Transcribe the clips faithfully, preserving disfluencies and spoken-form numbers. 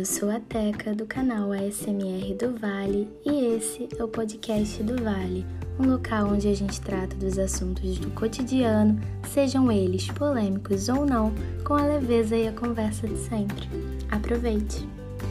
eu sou a Teca do canal A S M R do Vale e esse é o podcast do Vale, um local onde a gente trata dos assuntos do cotidiano, sejam eles polêmicos ou não, com a leveza e a conversa de sempre. Aproveite!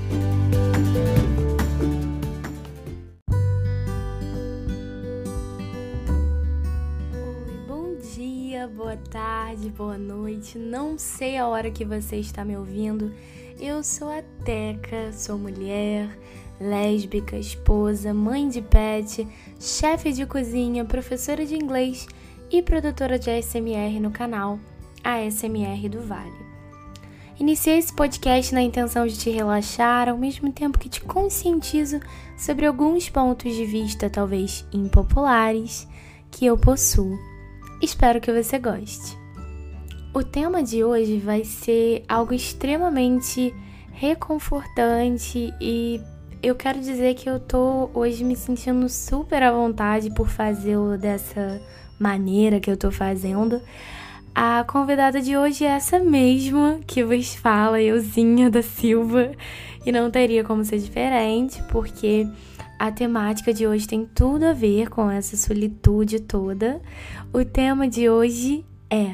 Oi, bom dia, boa tarde, boa noite, não sei a hora que você está me ouvindo. Eu sou a Teca, sou mulher, lésbica, esposa, mãe de pet, chefe de cozinha, professora de inglês e produtora de A S M R no canal A S M R do Vale. Iniciei esse podcast na intenção de te relaxar, ao mesmo tempo que te conscientizo sobre alguns pontos de vista talvez impopulares que eu possuo. Espero que você goste. O tema de hoje vai ser algo extremamente reconfortante e eu quero dizer que eu tô hoje me sentindo super à vontade por fazê-lo dessa maneira que eu tô fazendo. A convidada de hoje é essa mesma que vos fala, Euzinha da Silva, e não teria como ser diferente, porque a temática de hoje tem tudo a ver com essa solitude toda. O tema de hoje é: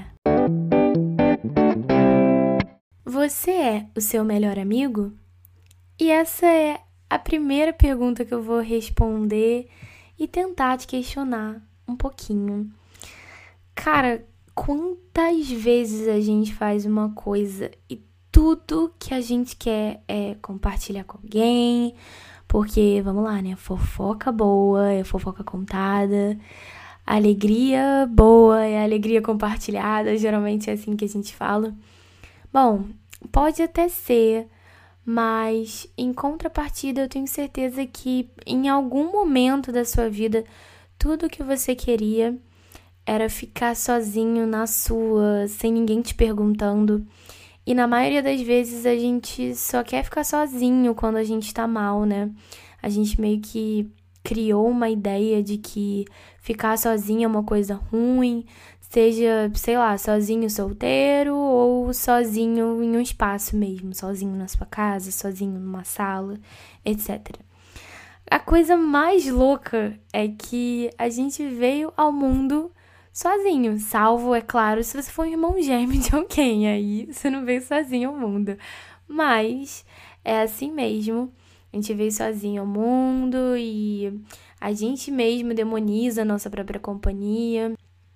você é o seu melhor amigo? E essa é a primeira pergunta que eu vou responder e tentar te questionar um pouquinho. Cara, quantas vezes a gente faz uma coisa e tudo que a gente quer é compartilhar com alguém, porque, vamos lá, né? Fofoca boa é fofoca contada, alegria boa é alegria compartilhada, geralmente é assim que a gente fala. Bom, pode até ser, mas em contrapartida eu tenho certeza que em algum momento da sua vida tudo que você queria era ficar sozinho na sua, sem ninguém te perguntando. E na maioria das vezes a gente só quer ficar sozinho quando a gente tá mal, né? A gente meio que criou uma ideia de que ficar sozinho é uma coisa ruim, seja, sei lá, sozinho solteiro ou sozinho em um espaço mesmo, sozinho na sua casa, sozinho numa sala, etcétera. A coisa mais louca é que a gente veio ao mundo sozinho, salvo, é claro, se você for um irmão gêmeo de alguém, aí você não veio sozinho ao mundo. Mas é assim mesmo, a gente veio sozinho ao mundo e a gente mesmo demoniza a nossa própria companhia.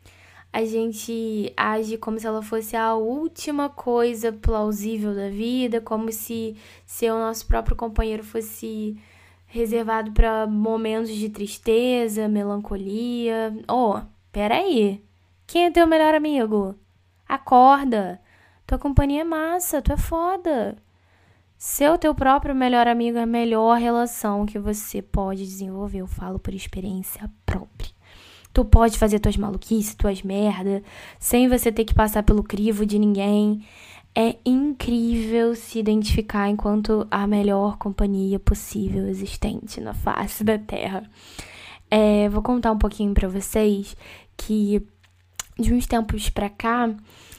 A gente age como se ela fosse a última coisa plausível da vida, como se ser o nosso próprio companheiro fosse reservado para momentos de tristeza, melancolia. Oh, peraí, quem é teu melhor amigo? Acorda, tua companhia é massa, tu é foda. Ser o teu próprio melhor amigo é a melhor relação que você pode desenvolver, eu falo por experiência própria. Tu pode fazer tuas maluquices, tuas merda, sem você ter que passar pelo crivo de ninguém. É incrível se identificar enquanto a melhor companhia possível existente na face da Terra. É, vou contar um pouquinho pra vocês que de uns tempos pra cá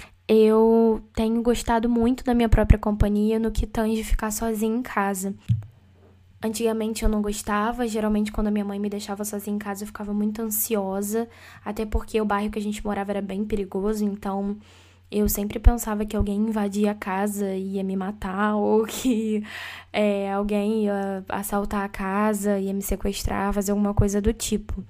eu tenho gostado muito da minha própria companhia no que tange ficar sozinha em casa. Antigamente eu não gostava, geralmente quando a minha mãe me deixava sozinha em casa eu ficava muito ansiosa, até porque o bairro que a gente morava era bem perigoso, então eu sempre pensava que alguém invadia a casa e ia me matar, ou que é, alguém ia assaltar a casa, ia me sequestrar, fazer alguma coisa do tipo.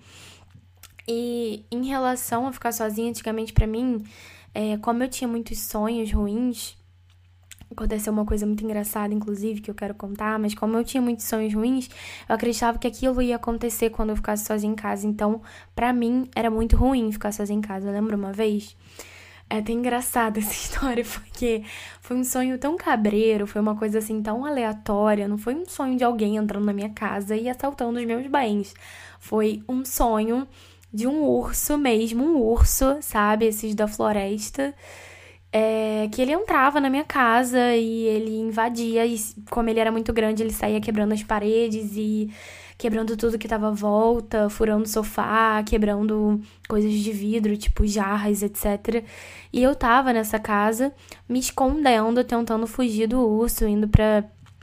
E em relação a ficar sozinha, antigamente pra mim, é, como eu tinha muitos sonhos ruins, aconteceu uma coisa muito engraçada, inclusive, que eu quero contar, mas como eu tinha muitos sonhos ruins, eu acreditava que aquilo ia acontecer quando eu ficasse sozinha em casa. Então, pra mim, era muito ruim ficar sozinha em casa. Eu lembro uma vez, é até engraçada essa história, porque foi um sonho tão cabreiro, foi uma coisa assim tão aleatória, não foi um sonho de alguém entrando na minha casa e assaltando os meus bens. Foi um sonho de um urso mesmo, um urso, sabe, esses da floresta, É, que ele entrava na minha casa e ele invadia, e como ele era muito grande, ele saía quebrando as paredes e quebrando tudo que tava à volta, furando o sofá, quebrando coisas de vidro, tipo jarras, etcétera. E eu tava nessa casa me escondendo, tentando fugir do urso, indo pra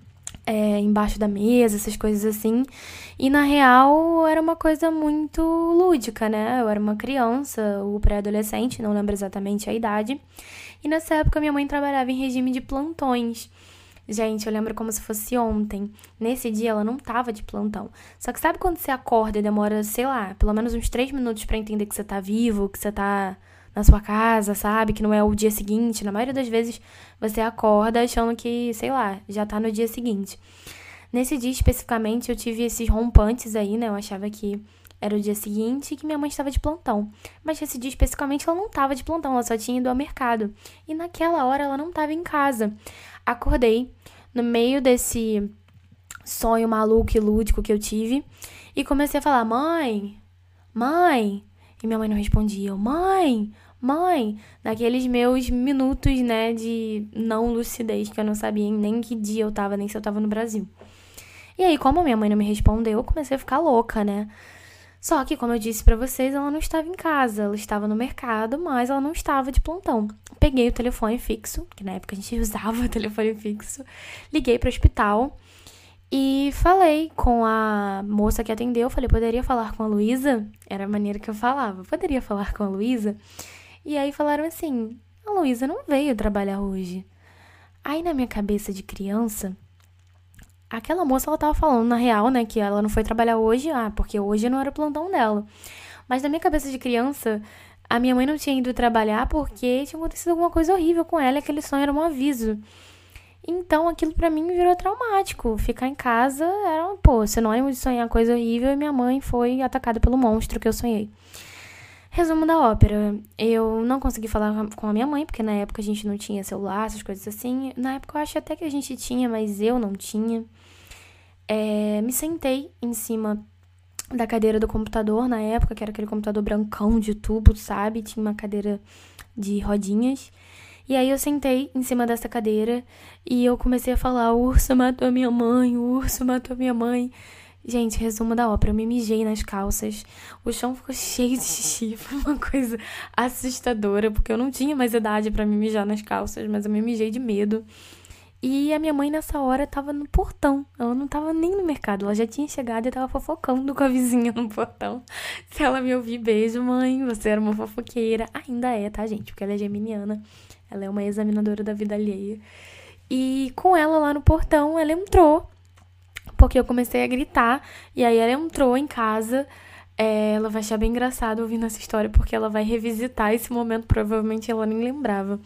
é, embaixo da mesa, essas coisas assim. E na real era uma coisa muito lúdica, né? Eu era uma criança ou pré-adolescente, não lembro exatamente a idade. E nessa época minha mãe trabalhava em regime de plantões. Gente, eu lembro como se fosse ontem. Nesse dia ela não tava de plantão. Só que sabe quando você acorda e demora, sei lá, pelo menos uns três minutos pra entender que você tá vivo, que você tá na sua casa, sabe? Que não é o dia seguinte. Na maioria das vezes você acorda achando que, sei lá, já tá no dia seguinte. Nesse dia especificamente eu tive esses rompantes aí, né? Eu achava que era o dia seguinte e que minha mãe estava de plantão. Mas nesse dia especificamente ela não estava de plantão, ela só tinha ido ao mercado. E naquela hora ela não estava em casa. Acordei no meio desse sonho maluco e lúdico que eu tive e comecei a falar: mãe, mãe. E minha mãe não respondia. Eu, mãe, mãe. Naqueles meus minutos, né, de não lucidez, que eu não sabia nem em que dia eu tava, nem se eu tava no Brasil. E aí, como a minha mãe não me respondeu, eu comecei a ficar louca, né? Só que, como eu disse pra vocês, ela não estava em casa, ela estava no mercado, mas ela não estava de plantão. Peguei o telefone fixo, que na época a gente usava o telefone fixo, liguei pro hospital e falei com a moça que atendeu, falei, poderia falar com a Luísa? Era a maneira que eu falava, poderia falar com a Luísa? E aí falaram assim, a Luísa não veio trabalhar hoje. Aí na minha cabeça de criança, aquela moça, ela tava falando, na real, né, que ela não foi trabalhar hoje, ah, porque hoje não era o plantão dela. Mas na minha cabeça de criança, a minha mãe não tinha ido trabalhar porque tinha acontecido alguma coisa horrível com ela e aquele sonho era um aviso. Então, aquilo pra mim virou traumático. Ficar em casa era, pô, sinônimo de sonhar coisa horrível e minha mãe foi atacada pelo monstro que eu sonhei. Resumo da ópera. Eu não consegui falar com a minha mãe, porque na época a gente não tinha celular, essas coisas assim. Na época eu acho até que a gente tinha, mas eu não tinha. É, me sentei em cima da cadeira do computador na época, que era aquele computador brancão de tubo, sabe? Tinha uma cadeira de rodinhas. E aí eu sentei em cima dessa cadeira e eu comecei a falar: o urso matou a minha mãe, o urso matou a minha mãe. Gente, resumo da ópera, eu me mijei nas calças, o chão ficou cheio de xixi, foi uma coisa assustadora, porque eu não tinha mais idade pra me mijar nas calças, mas eu me mijei de medo. E a minha mãe nessa hora tava no portão, ela não tava nem no mercado, ela já tinha chegado e tava fofocando com a vizinha no portão. Se ela me ouvir, beijo mãe, você era uma fofoqueira. Ainda é, tá gente, porque ela é geminiana, ela é uma examinadora da vida alheia. E com ela lá no portão, ela entrou, porque eu comecei a gritar, e aí ela entrou em casa. É, ela vai achar bem engraçado ouvindo essa história, porque ela vai revisitar esse momento, provavelmente ela nem lembrava.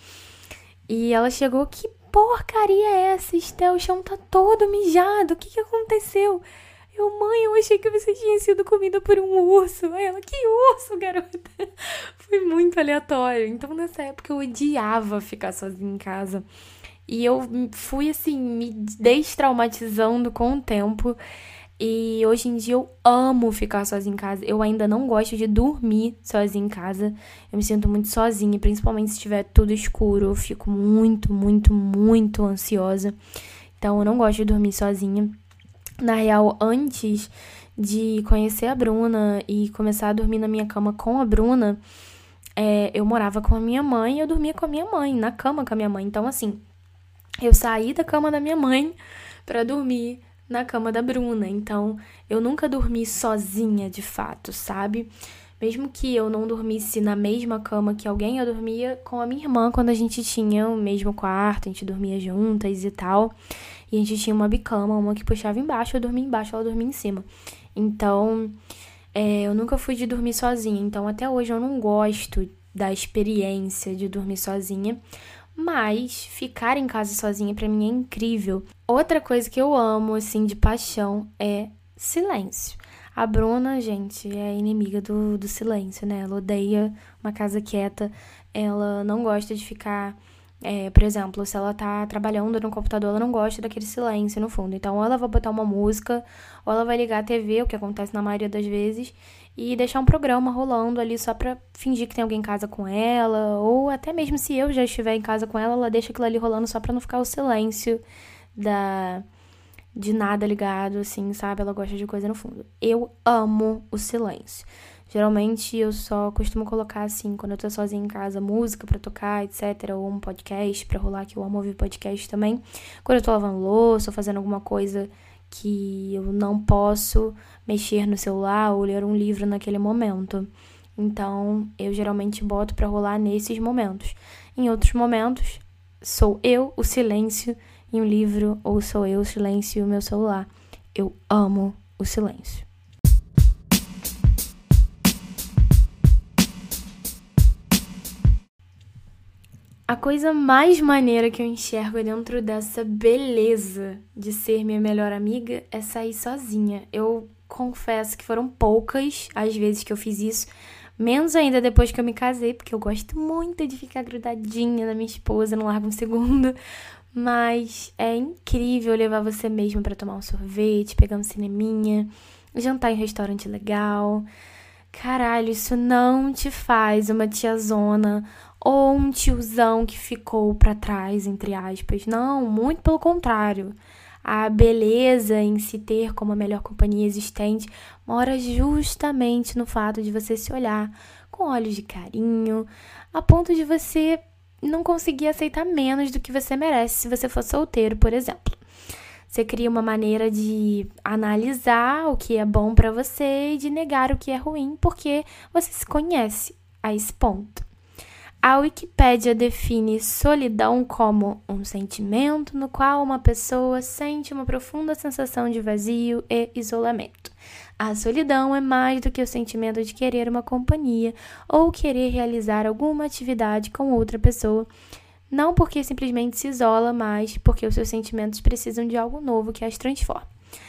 E ela chegou, que porcaria é essa, Estel? O chão tá todo mijado, o que que aconteceu? Eu, mãe, eu achei que você tinha sido comida por um urso. Aí ela, que urso, garota? Foi muito aleatório. Então, nessa época, eu odiava ficar sozinha em casa. E eu fui, assim, me destraumatizando com o tempo. E hoje em dia eu amo ficar sozinha em casa. Eu ainda não gosto de dormir sozinha em casa. Eu me sinto muito sozinha, principalmente se estiver tudo escuro. Eu fico muito, muito, muito ansiosa. Então eu não gosto de dormir sozinha. Na real, antes de conhecer a Bruna e começar a dormir na minha cama com a Bruna, é, eu morava com a minha mãe e eu dormia com a minha mãe, na cama com a minha mãe. Então, assim, eu saí da cama da minha mãe pra dormir na cama da Bruna. Então, eu nunca dormi sozinha, de fato, sabe? Mesmo que eu não dormisse na mesma cama que alguém, eu dormia com a minha irmã quando a gente tinha o mesmo quarto, a gente dormia juntas e tal. E a gente tinha uma bicama, uma que puxava embaixo, eu dormia embaixo, ela dormia em cima. Então, é, eu nunca fui de dormir sozinha. Então, até hoje eu não gosto da experiência de dormir sozinha. Mas ficar em casa sozinha pra mim é incrível. Outra coisa que eu amo, assim, de paixão é silêncio. A Bruna, gente, é inimiga do, do silêncio, né? Ela odeia uma casa quieta. Ela não gosta de ficar... É, por exemplo, se ela tá trabalhando no computador, ela não gosta daquele silêncio no fundo. Então, ou ela vai botar uma música, ou ela vai ligar a T V, o que acontece na maioria das vezes, e deixar um programa rolando ali só pra fingir que tem alguém em casa com ela, ou até mesmo se eu já estiver em casa com ela, ela deixa aquilo ali rolando só pra não ficar o silêncio da... de nada ligado, assim, sabe? Ela gosta de coisa no fundo. Eu amo o silêncio. Geralmente eu só costumo colocar, assim, quando eu tô sozinha em casa, música pra tocar, etcétera. Ou um podcast pra rolar, que eu amo ouvir podcast também. Quando eu tô lavando louça ou fazendo alguma coisa que eu não posso mexer no celular ou ler um livro naquele momento. Então, eu geralmente boto pra rolar nesses momentos. Em outros momentos, sou eu, o silêncio em um livro, ou sou eu, o silêncio e o meu celular. Eu amo o silêncio. A coisa mais maneira que eu enxergo dentro dessa beleza de ser minha melhor amiga é sair sozinha. Eu confesso que foram poucas as vezes que eu fiz isso, menos ainda depois que eu me casei, porque eu gosto muito de ficar grudadinha na minha esposa, não largo um segundo. Mas é incrível levar você mesmo pra tomar um sorvete, pegar um cineminha, jantar em um restaurante legal. Caralho, isso não te faz uma tiazona ou um tiozão que ficou pra trás, entre aspas. Não, muito pelo contrário. A beleza em se ter como a melhor companhia existente mora justamente no fato de você se olhar com olhos de carinho, a ponto de você não conseguir aceitar menos do que você merece se você for solteiro, por exemplo. Você cria uma maneira de analisar o que é bom pra você e de negar o que é ruim, porque você se conhece a esse ponto. A Wikipédia define solidão como um sentimento no qual uma pessoa sente uma profunda sensação de vazio e isolamento. A solidão é mais do que o sentimento de querer uma companhia ou querer realizar alguma atividade com outra pessoa, não porque simplesmente se isola, mas porque os seus sentimentos precisam de algo novo que as transforme.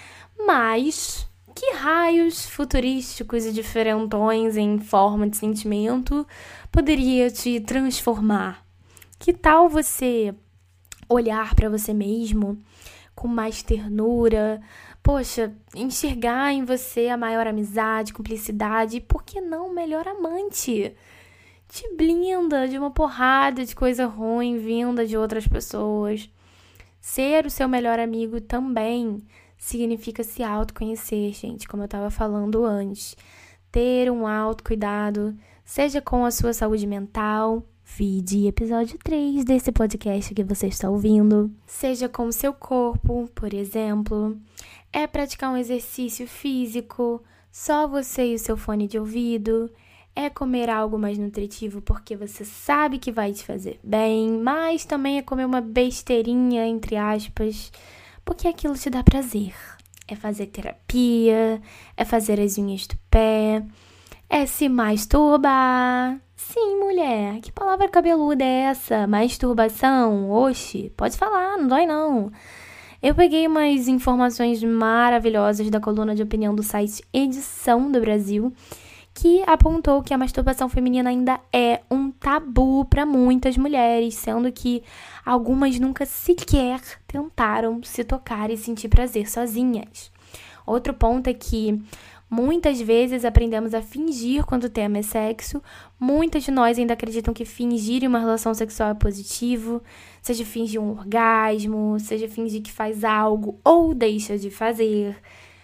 Mas que raios futurísticos e diferentões em forma de sentimento poderia te transformar? Que tal você olhar para você mesmo com mais ternura? Poxa, enxergar em você a maior amizade, cumplicidade e, por que não, melhor amante? Te blinda de uma porrada de coisa ruim vinda de outras pessoas. Ser o seu melhor amigo também significa se autoconhecer, gente, como eu estava falando antes. Ter um autocuidado, seja com a sua saúde mental, vide episódio três desse podcast que você está ouvindo, seja com o seu corpo, por exemplo. É praticar um exercício físico, só você e o seu fone de ouvido. É comer algo mais nutritivo porque você sabe que vai te fazer bem, mas também é comer uma besteirinha, entre aspas, porque aquilo te dá prazer. É fazer terapia, é fazer as unhas do pé, é se masturbar. Sim, mulher, que palavra cabeluda é essa? Masturbação? Oxi, pode falar, não dói não. Eu peguei umas informações maravilhosas da coluna de opinião do site Edição do Brasil, que apontou que a masturbação feminina ainda é um tabu para muitas mulheres, sendo que algumas nunca sequer tentaram se tocar e sentir prazer sozinhas. Outro ponto é que muitas vezes aprendemos a fingir quando o tema é sexo. Muitas de nós ainda acreditam que fingir uma relação sexual é positivo, seja fingir um orgasmo, seja fingir que faz algo ou deixa de fazer.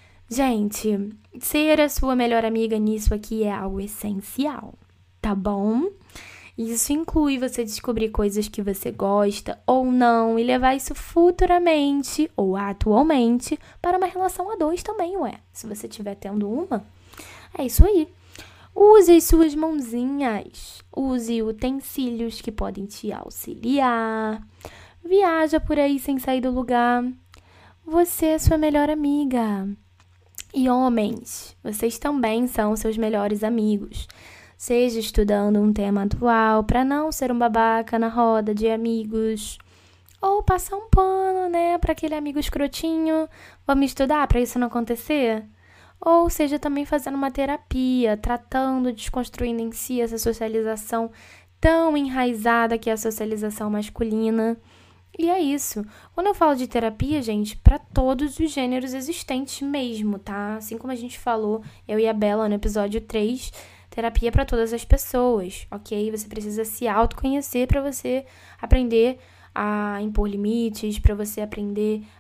Gente, ser a sua melhor amiga nisso aqui é algo essencial, tá bom? Isso inclui você descobrir coisas que você gosta ou não e levar isso futuramente ou atualmente para uma relação a dois também, ué. Se você estiver tendo uma, é isso aí. Use as suas mãozinhas, use utensílios que podem te auxiliar. Viaja por aí sem sair do lugar. Você é sua melhor amiga. E homens, vocês também são seus melhores amigos. Seja estudando um tema atual para não ser um babaca na roda de amigos, ou passar um pano, né, para aquele amigo escrotinho. Vamos estudar para isso não acontecer? Ou seja, também fazendo uma terapia, tratando, desconstruindo em si essa socialização tão enraizada que é a socialização masculina. E é isso. Quando eu falo de terapia, gente, para todos os gêneros existentes mesmo, tá? Assim como a gente falou, eu e a Bela no episódio três, terapia para todas as pessoas, ok? Você precisa se autoconhecer para você aprender a impor limites, para você aprender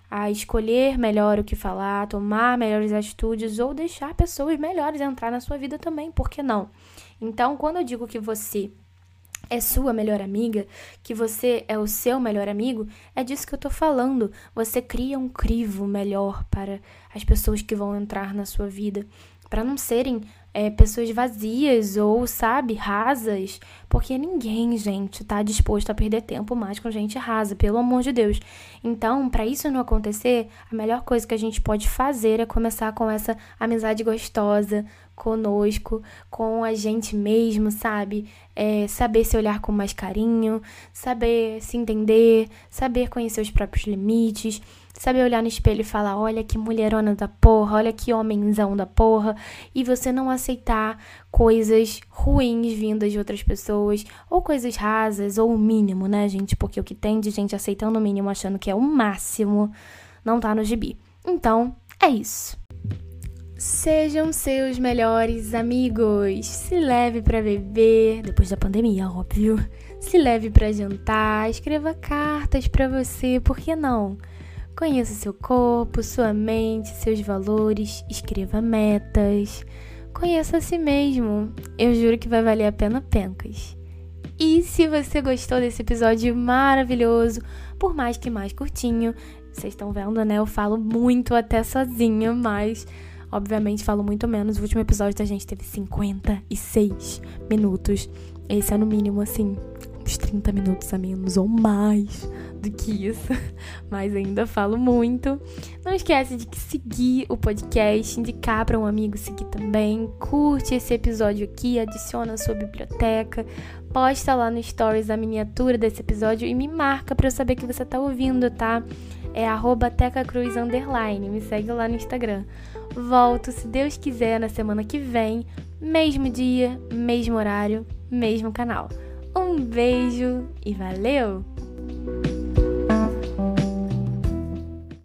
a escolher melhor o que falar, tomar melhores atitudes ou deixar pessoas melhores entrar na sua vida também, por que não? Então, quando eu digo que você é sua melhor amiga, que você é o seu melhor amigo, é disso que eu tô falando. Você cria um crivo melhor para as pessoas que vão entrar na sua vida, para não serem é, pessoas vazias ou, sabe, rasas, porque ninguém, gente, tá disposto a perder tempo mais com gente rasa, pelo amor de Deus. Então, para isso não acontecer, a melhor coisa que a gente pode fazer é começar com essa amizade gostosa conosco, com a gente mesmo, sabe? É, saber se olhar com mais carinho, saber se entender, saber conhecer os próprios limites, saber olhar no espelho e falar, olha que mulherona da porra, olha que homenzão da porra, e você não aceitar coisas ruins vindas de outras pessoas, ou coisas rasas, ou o mínimo, né, gente? Porque o que tem de gente aceitando o mínimo, achando que é o máximo, não tá no gibi. Então, é isso. Sejam seus melhores amigos. Se leve pra beber, depois da pandemia, óbvio. Se leve pra jantar, escreva cartas pra você, por que não? Conheça seu corpo, sua mente, seus valores, escreva metas. Conheça a si mesmo. Eu juro que vai valer a pena pencas. E se você gostou desse episódio maravilhoso, por mais que mais curtinho, vocês estão vendo, né? Eu falo muito até sozinha, mas obviamente falo muito menos. O último episódio da gente teve cinquenta e seis minutos. Esse é no mínimo, assim, uns trinta minutos a menos ou mais do que isso. Mas ainda falo muito. Não esquece de seguir o podcast, indicar para um amigo seguir também. Curte esse episódio aqui, adiciona a sua biblioteca. Posta lá no Stories a miniatura desse episódio e me marca para eu saber que você tá ouvindo, tá? É arroba tecacruz underline. Me segue lá no Instagram. Volto, se Deus quiser, na semana que vem. Mesmo dia, mesmo horário, mesmo canal. Um beijo e valeu!